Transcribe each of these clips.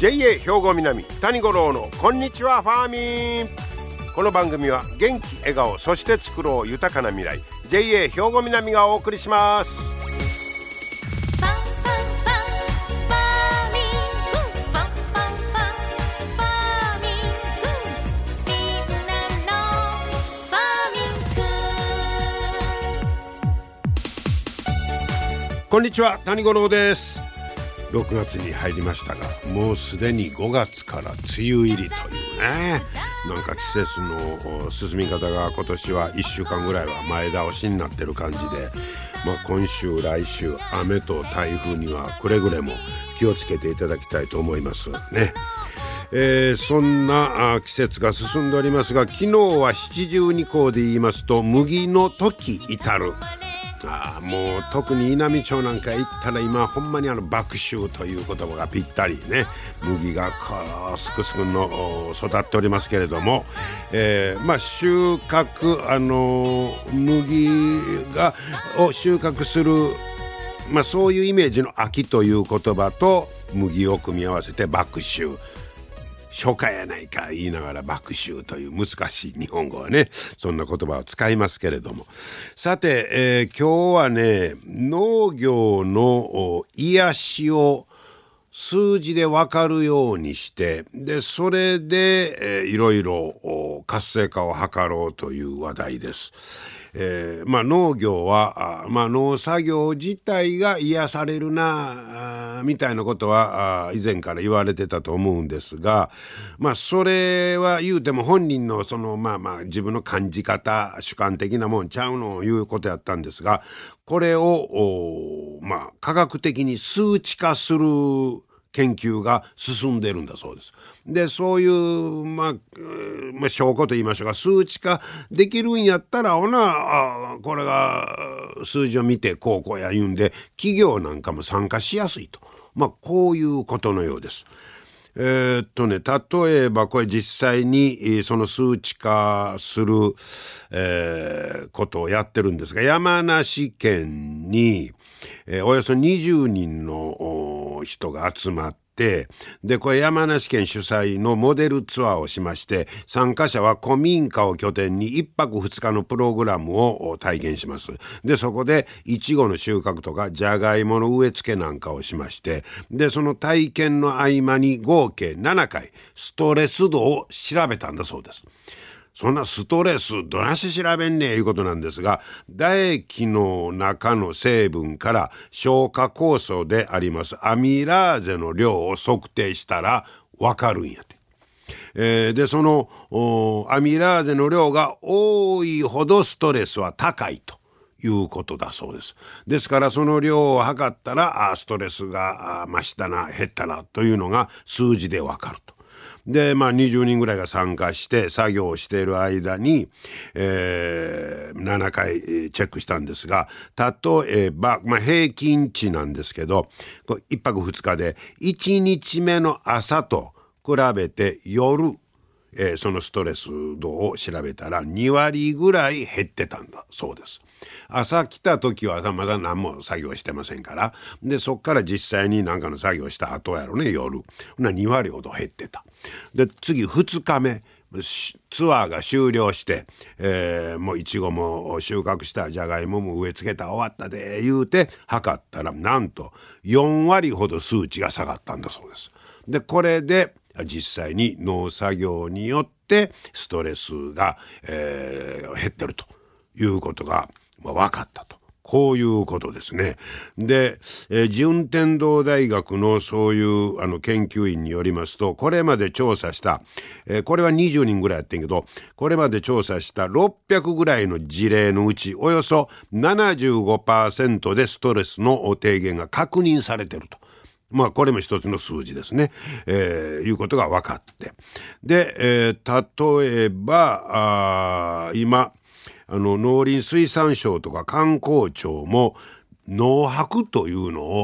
JA 兵庫南谷五郎のこんにちはファーミン。この番組は元気笑顔そして作ろう豊かな未来 JA 兵庫南がお送りします。こんにちは谷五郎です。6月に入りましたが、もうすでに5月から梅雨入りというね、なんか季節の進み方が今年は1週間ぐらいは前倒しになってる感じで、今週来週雨と台風にはくれぐれも気をつけていただきたいと思いますね。そんな季節が進んでおりますが、昨日は七十二候で言いますと麦の時至る。もう特に稲美町なんか行ったら今ほんまに麦秋という言葉がぴったりね、麦がすくすくの育っておりますけれども、収穫麦を収穫する、そういうイメージの秋という言葉と麦を組み合わせて麦秋、初夏やないか言いながら麦秋という難しい日本語はね、そんな言葉を使いますけれども、さて、今日はね、農業の癒しを数字で分かるようにして、でそれで、いろいろ活性化を図ろうという話題です。農業は農作業自体が癒されるなみたいなことは以前から言われてたと思うんですが、それは言うても本人のその自分の感じ方主観的なもんちゃうのを言うことやったんですが、これを科学的に数値化する研究が進んでるんだそうです。でそういう証拠と言いましょうか、数値化できるんやったらこれが数字を見てこうや言うんで、企業なんかも参加しやすいと、こういうことのようです。例えばこれ実際にその数値化する、ことをやってるんですが、山梨県に、およそ20人の人が集まって、でこれ山梨県主催のモデルツアーをしまして、参加者は古民家を拠点に1泊2日のプログラムを体験します。でそこでイチゴの収穫とかジャガイモの植え付けなんかをしまして、でその体験の合間に合計7回ストレス度を調べたんだそうです。そんなストレスどなし調べんねえいうことなんですが、唾液の中の成分から消化酵素でありますアミラーゼの量を測定したらわかるんやて。でそのアミラーゼの量が多いほどストレスは高いということだそうです。ですからその量を測ったらストレスが増したな減ったなというのが数字でわかると。で20人ぐらいが参加して作業をしている間に、7回チェックしたんですが、例えば、平均値なんですけど、1泊2日で1日目の朝と比べて夜、そのストレス度を調べたら2割ぐらい減ってたんだそうです。朝来た時はまだ何も作業してませんから、でそっから実際に何かの作業した後やろね、夜2割ほど減ってた。で次2日目ツアーが終了して、もうイチゴも収穫した、ジャガイモも植え付けた、終わったで言うて測ったらなんと4割ほど数値が下がったんだそうです。でこれで実際に農作業によってストレスが、減ってるということが分かったと、こういうことですね。で、順天堂大学のそういう研究員によりますと、これまで調査した、これは20人ぐらいやってんけど、これまで調査した600ぐらいの事例のうちおよそ 75% でストレスの低減が確認されてると。これも一つの数字ですね、いうことが分かって、で、例えば今農林水産省とか観光庁も農泊というのを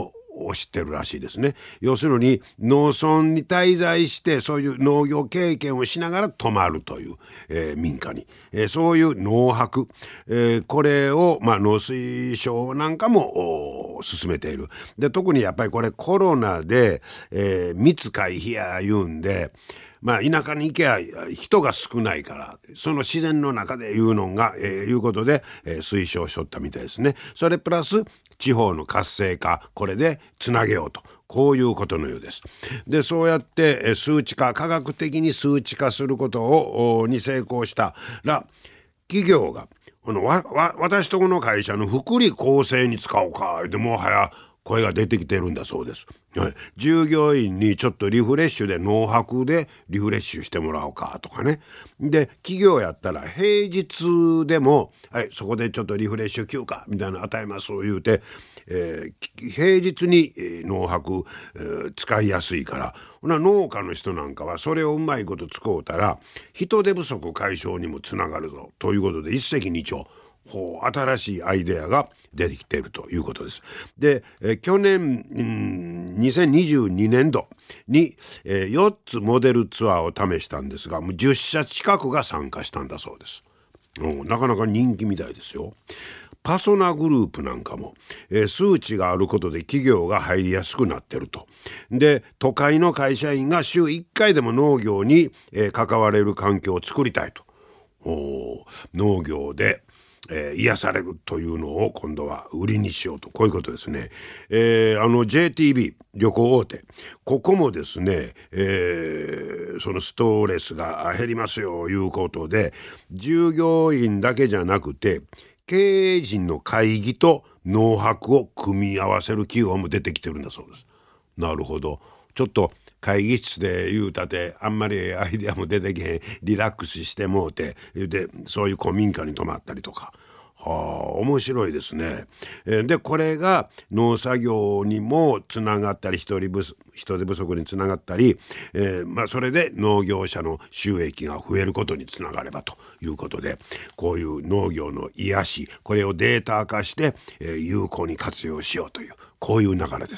を知ってるらしいですね。要するに農村に滞在してそういう農業経験をしながら泊まるという、民家に、そういう農泊、これを、農水省なんかも進めている。で特にやっぱりこれコロナで、密回避や言うんで、田舎に行けば人が少ないからその自然の中でいうのが、いうことで、推奨しとったみたいですね。それプラス地方の活性化、これでつなげようと、こういうことのようです。でそうやって数値化、科学的に数値化することに成功したら、企業が私とこの会社の福利厚生に使おうかでもはや声が出てきてるんだそうです。従業員にちょっとリフレッシュで農泊でリフレッシュしてもらおうかとかね。で企業やったら平日でも、そこでちょっとリフレッシュ休暇みたいなの与えます言うて、平日に農泊、使いやすいから農家の人なんかはそれをうまいこと使うたら人手不足解消にもつながるぞということで一石二鳥、新しいアイデアが出てきているということです。で、去年、2022年度に、4つモデルツアーを試したんですが、もう10社近くが参加したんだそうです。なかなか人気みたいですよ。パソナグループなんかも、数値があることで企業が入りやすくなってると。で都会の会社員が週1回でも農業に、関われる環境を作りたいと。農業で癒されるというのを今度は売りにしようと、こういうことですね。JTB 旅行大手、ここもですね、そのストレスが減りますよいうことで従業員だけじゃなくて経営陣の会議と農泊を組み合わせる企業も出てきてるんだそうです。なるほど。ちょっと会議室で言うたてあんまりアイデアも出てけへん、リラックスしてもうてでそういう古民家に泊まったりとか、面白いですね。でこれが農作業にもつながったり人手不足につながったり、それで農業者の収益が増えることにつながればということで、こういう農業の癒し、これをデータ化して、有効に活用しようという、こういう流れです。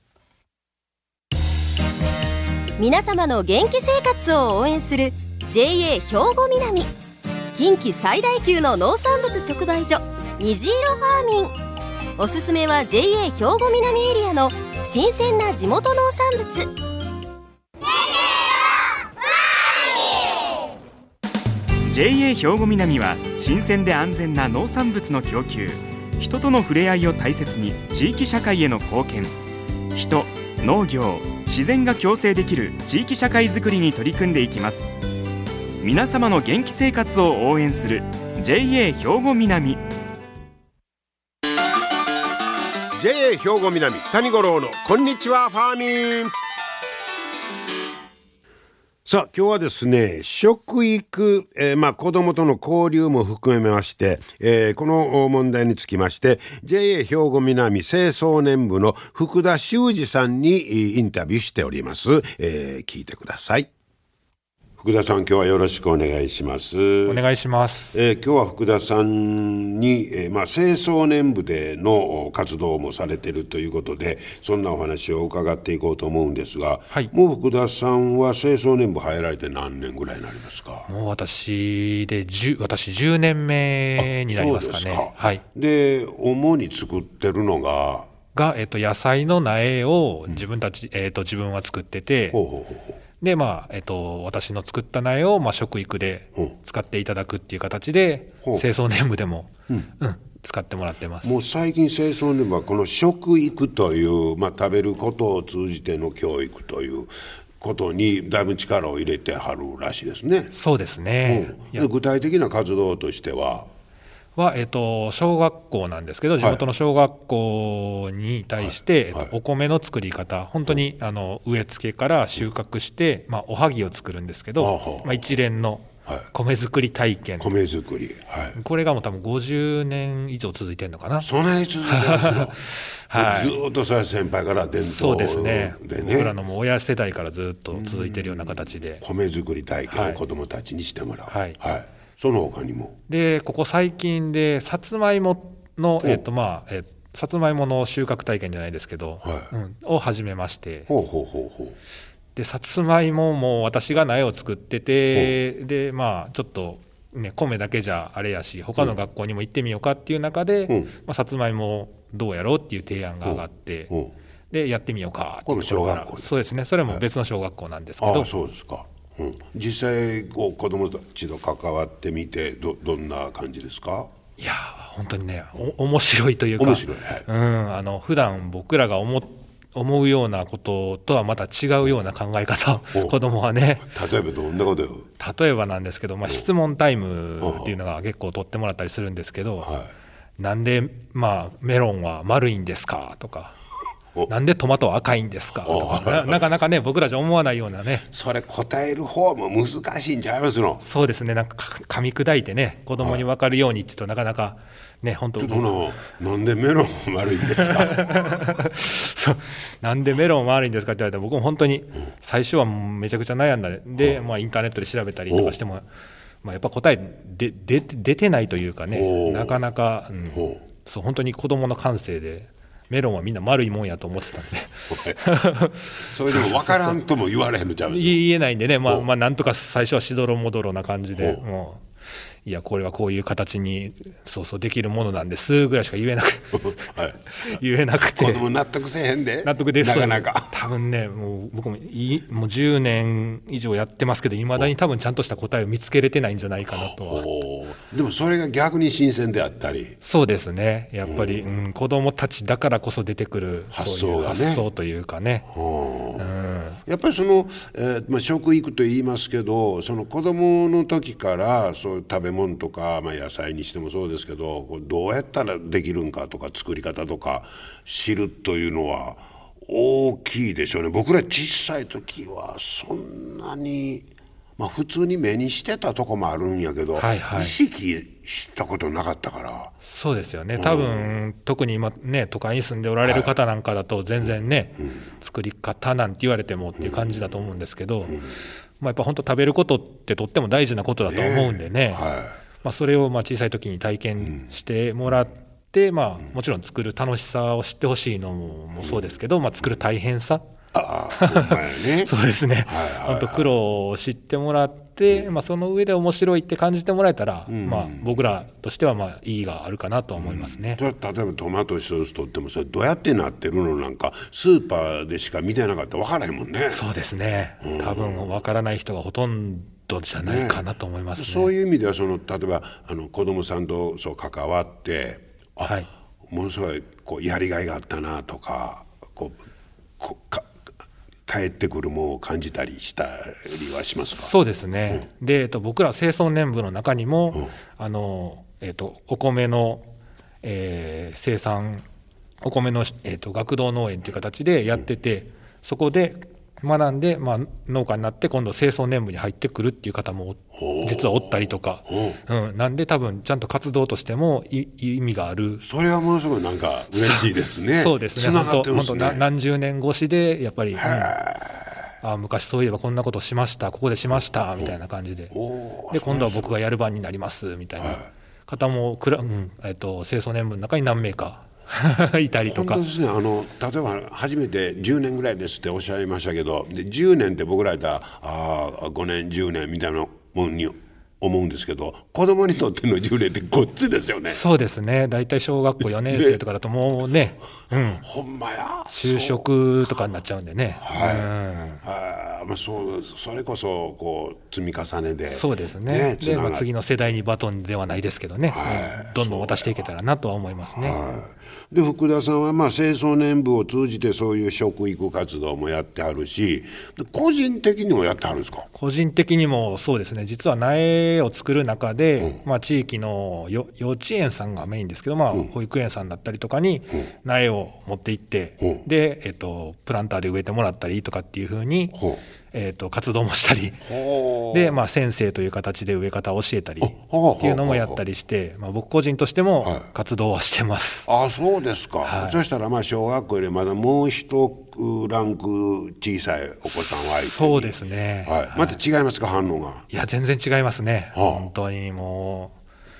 皆様の元気生活を応援する JA 兵庫南、近畿最大級の農産物直売所虹色ファーミン。おすすめは JA 兵庫南エリアの新鮮な地元農産物。 JA 兵庫南は新鮮で安全な農産物の供給、人との触れ合いを大切に地域社会への貢献、人、農業、自然が共生できる地域社会づくりに取り組んでいきます。皆様の元気生活を応援する JA 兵庫南。 JA 兵庫南谷五郎のこんにちはファーミン。さあ今日はですね、食育、子どもとの交流も含めまして、この問題につきまして JA 兵庫南青少年部の福田修二さんにインタビューしております。聞いてください。福田さん、今日はよろしくお願いします。 お願いします。 今日は福田さんに、青少年部での活動もされているということで、そんなお話を伺っていこうと思うんですが、はい、もう福田さんは青少年部入られて何年ぐらいになりますか？ もう私10年目になりますかね。 そうですか。 はい。 で主に作ってるのが野菜の苗を自分は作ってて、で私の作った苗を食育で使っていただくっていう形で青少年部でも、使ってもらってます。 もう最近青少年部はこの食育という、食べることを通じての教育ということにだいぶ力を入れてはるらしいですね。 そうですね。 具体的な活動としては小学校なんですけど、地元の小学校に対して、お米の作り方、本当に植え付けから収穫して、おはぎを作るんですけど、一連の米作り体験、 米作り、 これがもう多分50年以上続いてるのかな。 そんなに続いてますよ。ずっとそれは先輩から伝統でね。 そうですね。僕らのもう親世代からずっと続いてるような形で米作り体験を子どもたちにしてもらう。その他にもでここ最近でさつまいもの、 さつまいもの収穫体験じゃないですけど、を始めまして、でさつまいもも私が苗を作ってて、でまあちょっとね米だけじゃあれやし他の学校にも行ってみようかっていう中で、さつまいもどうやろうっていう提案が上がって、でやってみようかっていうところから。 これ小学校。 そうですね、それも別の小学校なんですけど。 そうですか。実際子どもたちと関わってみてどんな感じですか？ いや本当にね面白いというか、 面白い、 普段僕らが思うようなこととはまた違うような考え方を子どもはね。 例えばどんなことよ？ 例えばなんですけど、質問タイムっていうのが結構取ってもらったりするんですけど、なんで、メロンは丸いんですかとか、なんでトマトは赤いんですかとか、なかなかね僕らじゃ思わないようなね。 それ答える方も難しいんちゃいますの？そうですね、 なんか噛み砕いてね子供に分かるようにって言うとなかなかね本当。 ちょっとなんでメロン丸いんですかそうなんでメロン丸いんですかって言われたら僕も本当に最初はめちゃくちゃ悩んだで、インターネットで調べたりとかしても、やっぱ答え出てないというかね、なかなか、そう本当に子供の感性で。メロンはみんな丸いもんやと思ってたんでそれでも分からんとも言われへんのちゃう？ 言えないんでね、なんとか最初はしどろもどろな感じで、もういやこれはこういう形にできるものなんですぐらいしか言えなくて子供納得せえへんで。 納得です。 なかなか多分ねもう僕も10年以上やってますけどいまだに多分ちゃんとした答えを見つけれてないんじゃないかなとは。 でもそれが逆に新鮮であったり。 そうですね、やっぱり、子供たちだからこそ出てくる発想がね、 発想というかね。 やっぱり食育と言いますけど、その子供の時からそういう食べ物とか、野菜にしてもそうですけど、どうやったらできるんかとか作り方とか知るというのは大きいでしょうね。僕ら小さい時はそんなに、普通に目にしてたとこもあるんやけど、意識したことなかったから。 そうですよね、多分、特に今ね都会に住んでおられる方なんかだと全然ね、作り方なんて言われてもっていう感じだと思うんですけど、やっぱ本当食べることってとっても大事なことだと思うんでね、それを小さい時に体験してもらって、もちろん作る楽しさを知ってほしいのもそうですけど、作る大変さ、そうですね、本当苦労を知ってもらって、その上で面白いって感じてもらえたら、僕らとしては意義があるかなとは思いますね。 例えばトマト一つとってもそれどうやってなってるのなんかスーパーでしか見てなかったら分からへんもんね。 そうですね、多分分からない人がほとんどじゃないかなと思いますね。 そういう意味では例えば子どもさんと関わってものすごいやりがいがあったなとか帰ってくるものを感じたりしたりはしますか？ そうですね、で僕ら清掃年部の中にも、お米の、生産お米の、学童農園という形でやってて、そこで学んで、農家になって今度清掃年部に入ってくるっていう方も実はおったりとか、なんで多分ちゃんと活動としても意味がある。 それはものすごいなんか嬉しいですね。 そうですね、本当何十年越しでやっぱり、昔そういえばこんなことしました、ここでしましたみたいな感じで、今度は僕がやる番になりますみたいな方も清掃年部の中に何名かいたりとか。 本当ですね、例えば初めて10年ぐらいですっておっしゃいましたけど、で10年って僕らやったら5年10年みたいなもんに思うんですけど、子供にとっての10年ってごっつですよね。 そうですね、だいたい小学校4年生とかだともうね、 ほんまや就職とかになっちゃうんでね。 それこそ積み重ねで、 そうですね、で次の世代にバトンではないですけどね、どんどん渡していけたらなとは思いますね。 で福田さんは清掃年部を通じてそういう食育活動もやってはるし、個人的にもやってはるんですか？ 個人的にもそうですね、実は苗を作る中で、地域の幼稚園さんがメインですけど、保育園さんだったりとかに苗を持って行って、で、プランターで植えてもらったりとかっていう風に活動もしたりで、先生という形で植え方を教えたりっていうのもやったりして、僕個人としても活動はしてます。 そうですか。そしたら小学校よりまだもう一ランク小さいお子さんは相手に。 そうですね、 また違いますか、反応が？ いや全然違いますね、本当にもう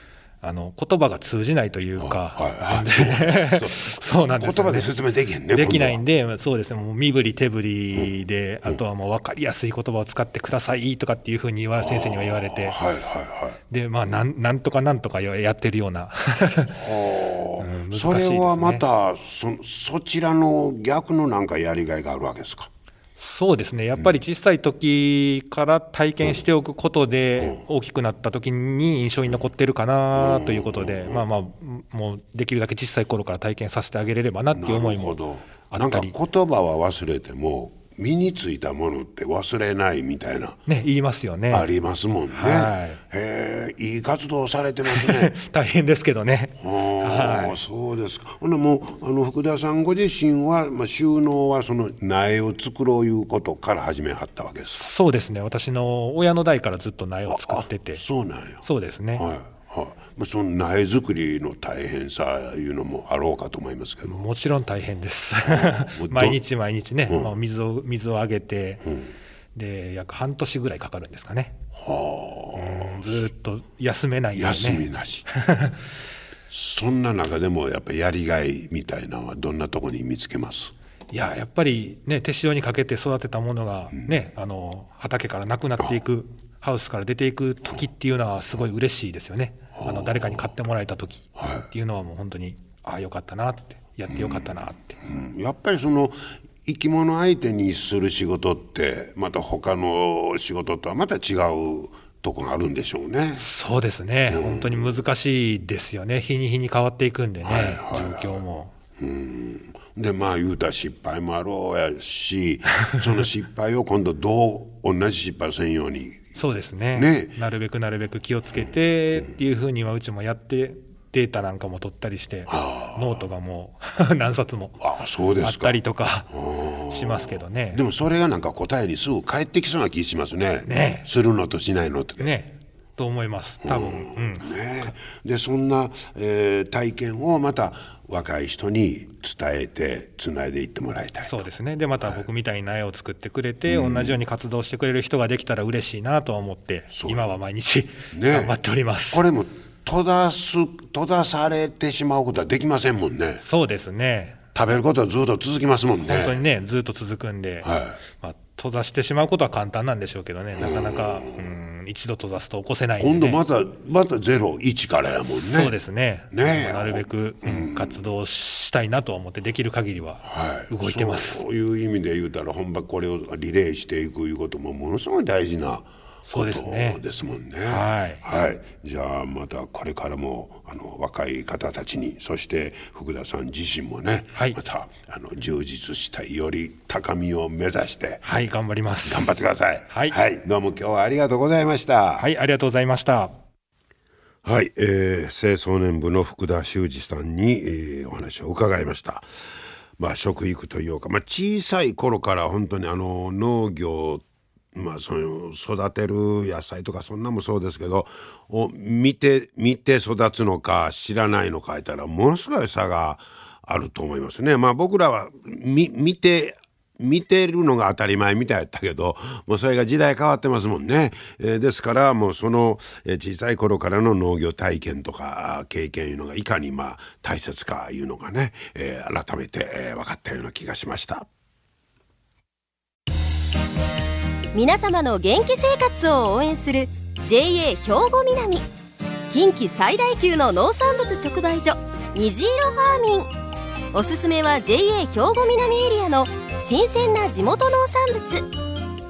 言葉が通じないというか、 全然そうなんですよね。 言葉で説明できへんね。 できないんで、そうですね、もう身振り手振りで、あとはもう分かりやすい言葉を使ってくださいとかっていうふうに先生には言われて、でなんとかなんとかやってるような難しいですね。 それはまたそちらの逆のなんかやりがいがあるわけですか。 そうですね、やっぱり小さい時から体験しておくことで、大きくなった時に印象に残ってるかなということで、もうできるだけ小さい頃から体験させてあげれればなっていう思いもあったり。 なんか言葉は忘れても身についたものって忘れないみたいな、 ね、言いますよね。 ありますもんね。いい活動されてますね。 大変ですけどね。 そうですか。ほんなもう福田さんご自身は、収納はその苗を作ろういうことから始めはったわけですか。 そうですね、私の親の代からずっと苗を作ってて。 そうなんや。 そうですね。 その苗作りの大変さいうのもあろうかと思いますけど。 もちろん大変です毎日毎日ね、水をあげて、で約半年ぐらいかかるんですかね。ずっと休めないんでね。 休みなしそんな中でもやっぱりやりがいみたいなのはどんなところに見つけます？ やっぱりね、手塩にかけて育てたものがね、畑からなくなっていく、ハウスから出ていく時っていうのはすごい嬉しいですよね。誰かに買ってもらえた時っていうのはもう本当によかったなって、やってよかったなって、 やっぱりその生き物相手にする仕事ってまた他の仕事とはまた違うとこがあるんでしょうね。 そうですね、本当に難しいですよね。日に日に変わっていくんでね、状況も。 で言うたら失敗もあろうやしその失敗を今度同じ失敗をせんようにそうですね、なるべく気をつけてっていうふうにはうちもやって、データなんかも取ったりして、ノートがもう何冊もあったりとかしますけどね。 でもそれがなんか答えにすぐ返ってきそうな気しますね。するのとしないのってねと思います多分。 でそんな、体験をまた若い人に伝えてつないでいってもらいたい。 そうですね。でまた僕みたいに苗を作ってくれて、同じように活動してくれる人ができたら嬉しいなと思って、今は毎日頑張っております。 これも閉ざされてしまうことはできませんもんね。 そうですね。 食べることはずっと続きますもんね。 本当にね、ずっと続くんで、閉ざしてしまうことは簡単なんでしょうけどね、なかなか一度閉ざすと起こせないんで、ね、 今度また0、1からやもんね。 そうですね。なるべく、活動したいなと思ってできる限りは動いてます。 そういう意味で言うたら本場これをリレーしていくいうこともものすごい大事なことですもんね。じゃあまたこれからも若い方たちに、そして福田さん自身もね、また充実したより高みを目指して頑張ります。 頑張ってください。どうも今日はありがとうございました。 ありがとうございました。 青少年部の福田修二さんに、お話を伺いました。食育というか、小さい頃から本当に農業その育てる野菜とかそんなもそうですけど見て育つのか知らないのか言ったらものすごい差があると思いますね。僕らは見てるのが当たり前みたいだったけど、もうそれが時代変わってますもんね。ですからもうその小さい頃からの農業体験とか経験いうのがいかに大切かいうのがね、改めて分かったような気がしました。 皆様の元気生活を応援する JA 兵庫南、近畿最大級の農産物直売所虹色ファーミン。おすすめは JA 兵庫南エリアの新鮮な地元農産物。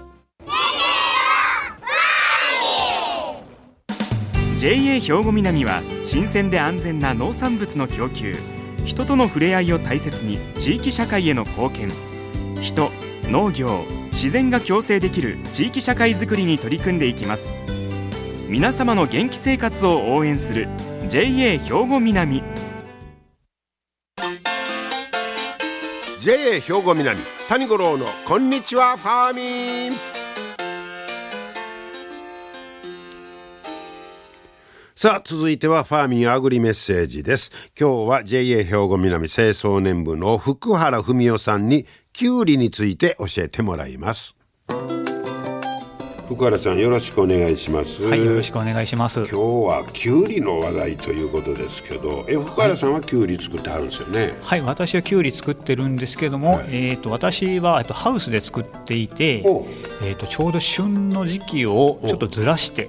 JA 兵庫南は新鮮で安全な農産物の供給、人との触れ合いを大切に地域社会への貢献、人、農業、自然が共生できる地域社会づくりに取り組んでいきます。皆様の元気生活を応援する JA 兵庫南。 JA 兵庫南谷五郎のこんにちはファーミン。さあ続いてはファーミンアグリメッセージです。今日は JA 兵庫南青少年部の福原文夫さんにキュウリについて教えてもらいます。 福原さんよろしくお願いします。 はい、よろしくお願いします。 今日はきゅうりの話題ということですけど、福原さんはきゅうり作ってあるんですよね。 はい、私はきゅうり作ってるんですけども、はい、私はハウスで作っていて、ちょうど旬の時期をちょっとずらして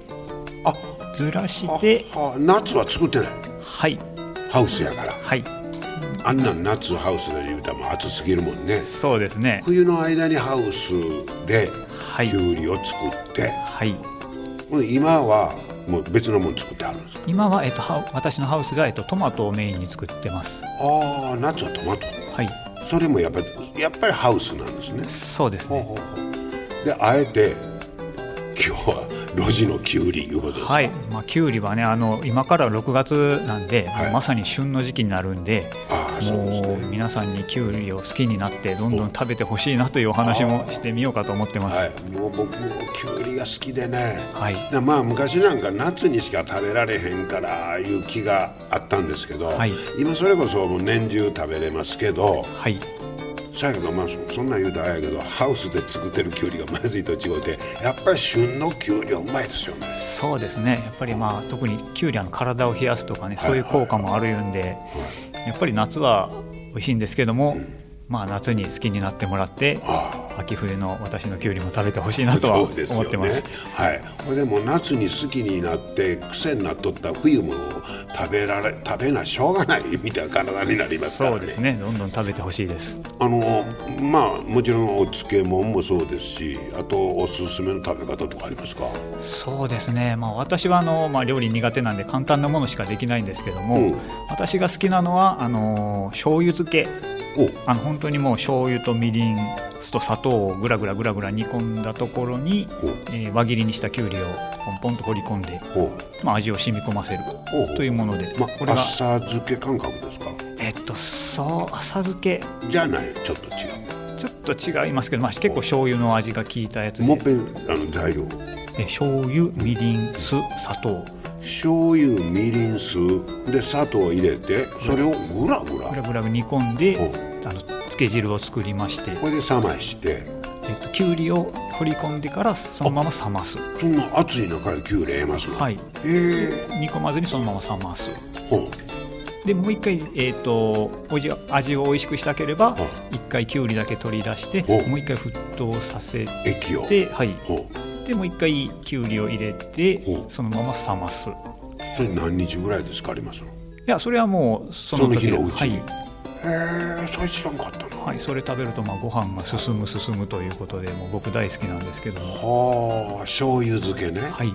夏は作ってない。 はい、ハウスやから。 はい、 あんなん夏ハウスで言うたらもう暑すぎるもんね。 そうですね。 冬の間にハウスできゅうりを作って、 はい、 今はもう別のもの作ってあるんですか？ 今は、私のハウスが、トマトをメインに作ってます。 夏はトマト。 はい。 それもやっぱりハウスなんですね。 そうですね。 であえて今日は露地のきゅうりいうことですか？ はい、きゅうりはね、今から6月なんで、まさに旬の時期になるんで、もう皆さんにきゅうりを好きになってどんどん食べてほしいなというお話もしてみようかと思ってます。 もう僕もきゅうりが好きでね、 はい、 昔なんか夏にしか食べられへんからいう気があったんですけど、 はい、 今それこそもう年中食べれますけど、 はい、 そやけどそんなん言うたらあれやけど、ハウスで作ってるきゅうりがまずいと違うて、やっぱり旬のきゅうりはうまいですよね。 そうですね。やっぱり特にきゅうりは体を冷やすとかね、そういう効果もあるんで、やっぱり夏は美味しいんですけども、夏に好きになってもらって、秋冬の私のきゅうりも食べてほしいなとは思ってます。 はい。これでも夏に好きになって癖になっとった冬も食べなしょうがないみたいな体になりますからね。 そうですね。どんどん食べてほしいです。 もちろんお漬物もそうですし、あとおすすめの食べ方とかありますか？ そうですね。私は料理苦手なんで簡単なものしかできないんですけども、私が好きなのは醤油漬け。本当にもう醤油とみりんと砂糖をぐらぐら煮込んだところに、輪切りにしたきゅうりをポンポンと放り込んで、味を染み込ませるというもので、 これが浅漬け感覚ですか？ そう浅漬けじゃない、ちょっと違う。 ちょっと違いますけど、結構醤油の味が効いたやつで。 もっぺん材料。 醤油、みりん、酢、砂糖。 醤油、みりん、酢で砂糖を入れて、それをぐらぐら煮込んで、漬け汁を作りまして、 これで冷まして、 きゅうりを放り込んでからそのまま冷ます。 そんな熱い中できゅうり入れますの？ はい。煮込まずにそのまま冷ます。でもう一回、味を美味しくしたければ、一回きゅうりだけ取り出して、もう一回沸騰させて、 液を。 はい。でもう一回きゅうりを入れて、そのまま冷ます。 それ何日ぐらいで使いますの？いや、それはもうその日のうちに。 はい、 それ知らんかったな。 はい、それ食べるとご飯が進むということで、もう僕大好きなんですけども。 醤油漬けね。 はい。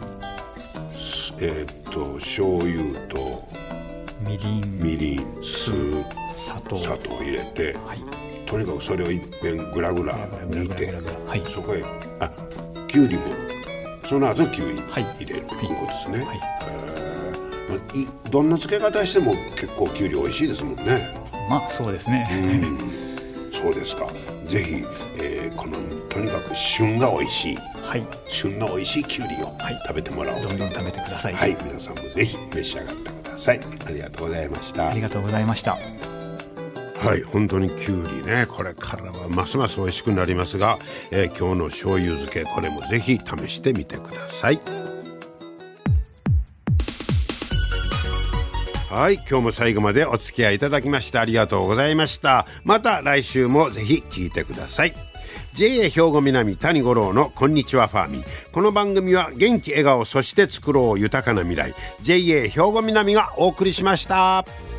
醤油とみりん、酢、砂糖を入れて、とにかくそれをいっぺんぐらぐら煮て、そこへきゅうりもその後きゅうり入れるということですね。どんな漬け方しても結構きゅうり美味しいですもんね。 そうですね。 そうですか。ぜひ、このとにかく旬が美味しい、旬の美味しいきゅうりを食べてもらおう。 どんどん食べてください。 はい、皆さんもぜひ召し上がってください。ありがとうございました。 ありがとうございました。 はい、本当にきゅうりね、これからはますます美味しくなりますが、今日の醤油漬け、これもぜひ試してみてください。はい、今日も最後までお付き合いいただきましてありがとうございました。また来週もぜひ聞いてください。 JA 兵庫南谷五郎のこんにちはファーミン。この番組は元気笑顔そして作ろう豊かな未来 JA 兵庫南がお送りしました。